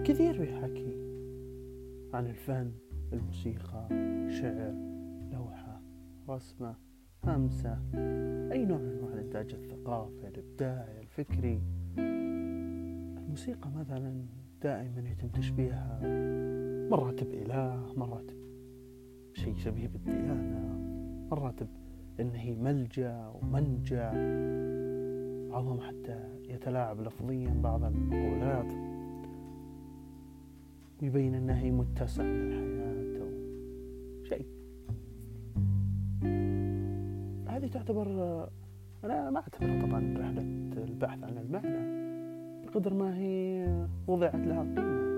كثير بيحكي عن الفن، الموسيقى، شعر، لوحة، رسمة، همسة، أي نوع من أنواع الإنتاج الثقافي، الإبداعي، الفكري. الموسيقى مثلا دائما يتم تشبيهها مرات بإله، مرات بشيء شبيه بالديانة، مرات إن هي ملجأ ومنجأ، بعضهم حتى يتلاعب لفظيا بعض المقولات ويبين أنها هي متسع من الحياة أو شيء. هذه تعتبر، أنا ما أعتبرها طبعا رحلة البحث عن المعنى بقدر ما هي وضعت لها قيمة.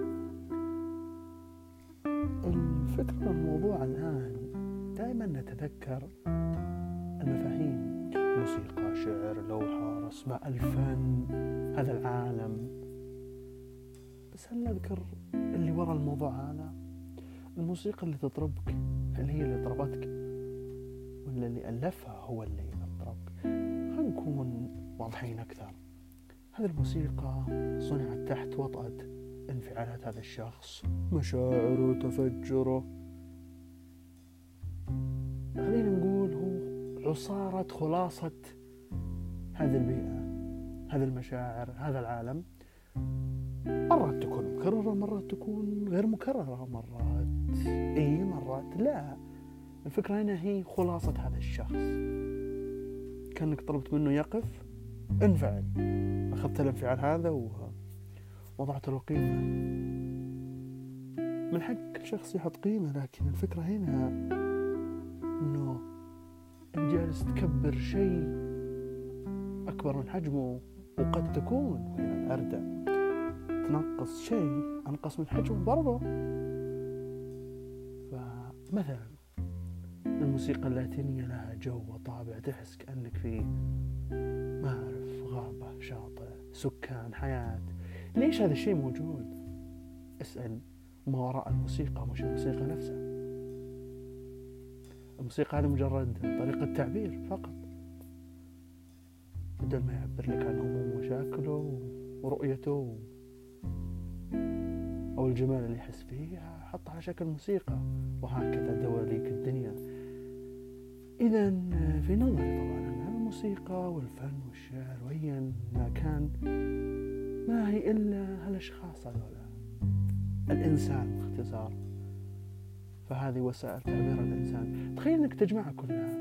الفكرة من الموضوع الآن دائما نتذكر المفاهيم: موسيقى، شعر، لوحة، رسمة، الفن، هذا العالم. بس هل نذكر اللي وراء الموضوع هذا؟ الموسيقى اللي تطربك هل هي اللي طربتك، ولا اللي ألفها هو اللي أطربك؟ خلينا نكون واضحين أكثر. هذه الموسيقى صنعت تحت وطأة انفعالات هذا الشخص، مشاعره وتفجره. خلينا نقول هو عصارة خلاصة هذه البيئة، هذه المشاعر، هذا العالم. مرات تكون مكررة، مرات تكون غير مكررة، مرات مرات لا. الفكرة هنا هي خلاصة هذا الشخص. كأنك طلبت منه يقف، انفعل، أخذت الانفعال هذا ووضعت له قيمة. من حق كل شخص يحط قيمة، لكن الفكرة هنا إنه أنت جالس تكبر شيء أكبر من حجمه، وقد تكون هنا الأردى تنقص شيء أنقص من حجمه برضه. فمثلا الموسيقى اللاتينية لها جو وطابع، تحس كأنك في غابة، شاطئ، سكان، حياة. ليش هذا الشيء موجود؟ اسأل ما وراء الموسيقى، مش الموسيقى نفسها. الموسيقى هذه مجرد طريقة تعبير فقط، بدل ما يعبر لك عن هموم ومشاكله ورؤيته أو الجمال اللي يحس فيه، حط على شكل موسيقى. وهكذا دواليك الدنيا. إذن في نظري طبعا أن الموسيقى والفن والشعر وأيا ما كان ما هي إلا هالأشخاص هذولا، الإنسان باختصار. فهذه وسائل تعبير الإنسان. تخيل أنك تجمعها كلها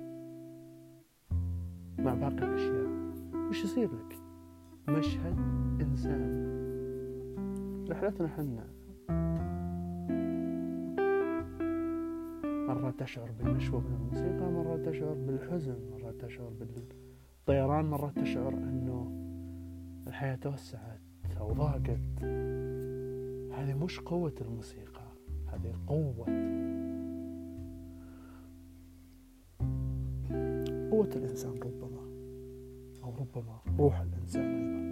مع باقي الأشياء، وش يصير لك؟ مشهد إنسان. رحلتنا حنا مرة تشعر بالنشوة من الموسيقى، مرة تشعر بالحزن، مرة تشعر بالطيران، مرة تشعر أنه الحياة توسعت أو ضاقت. هذه مش قوة الموسيقى، هذه قوة الإنسان ربما، أو ربما روح الإنسان أيضا.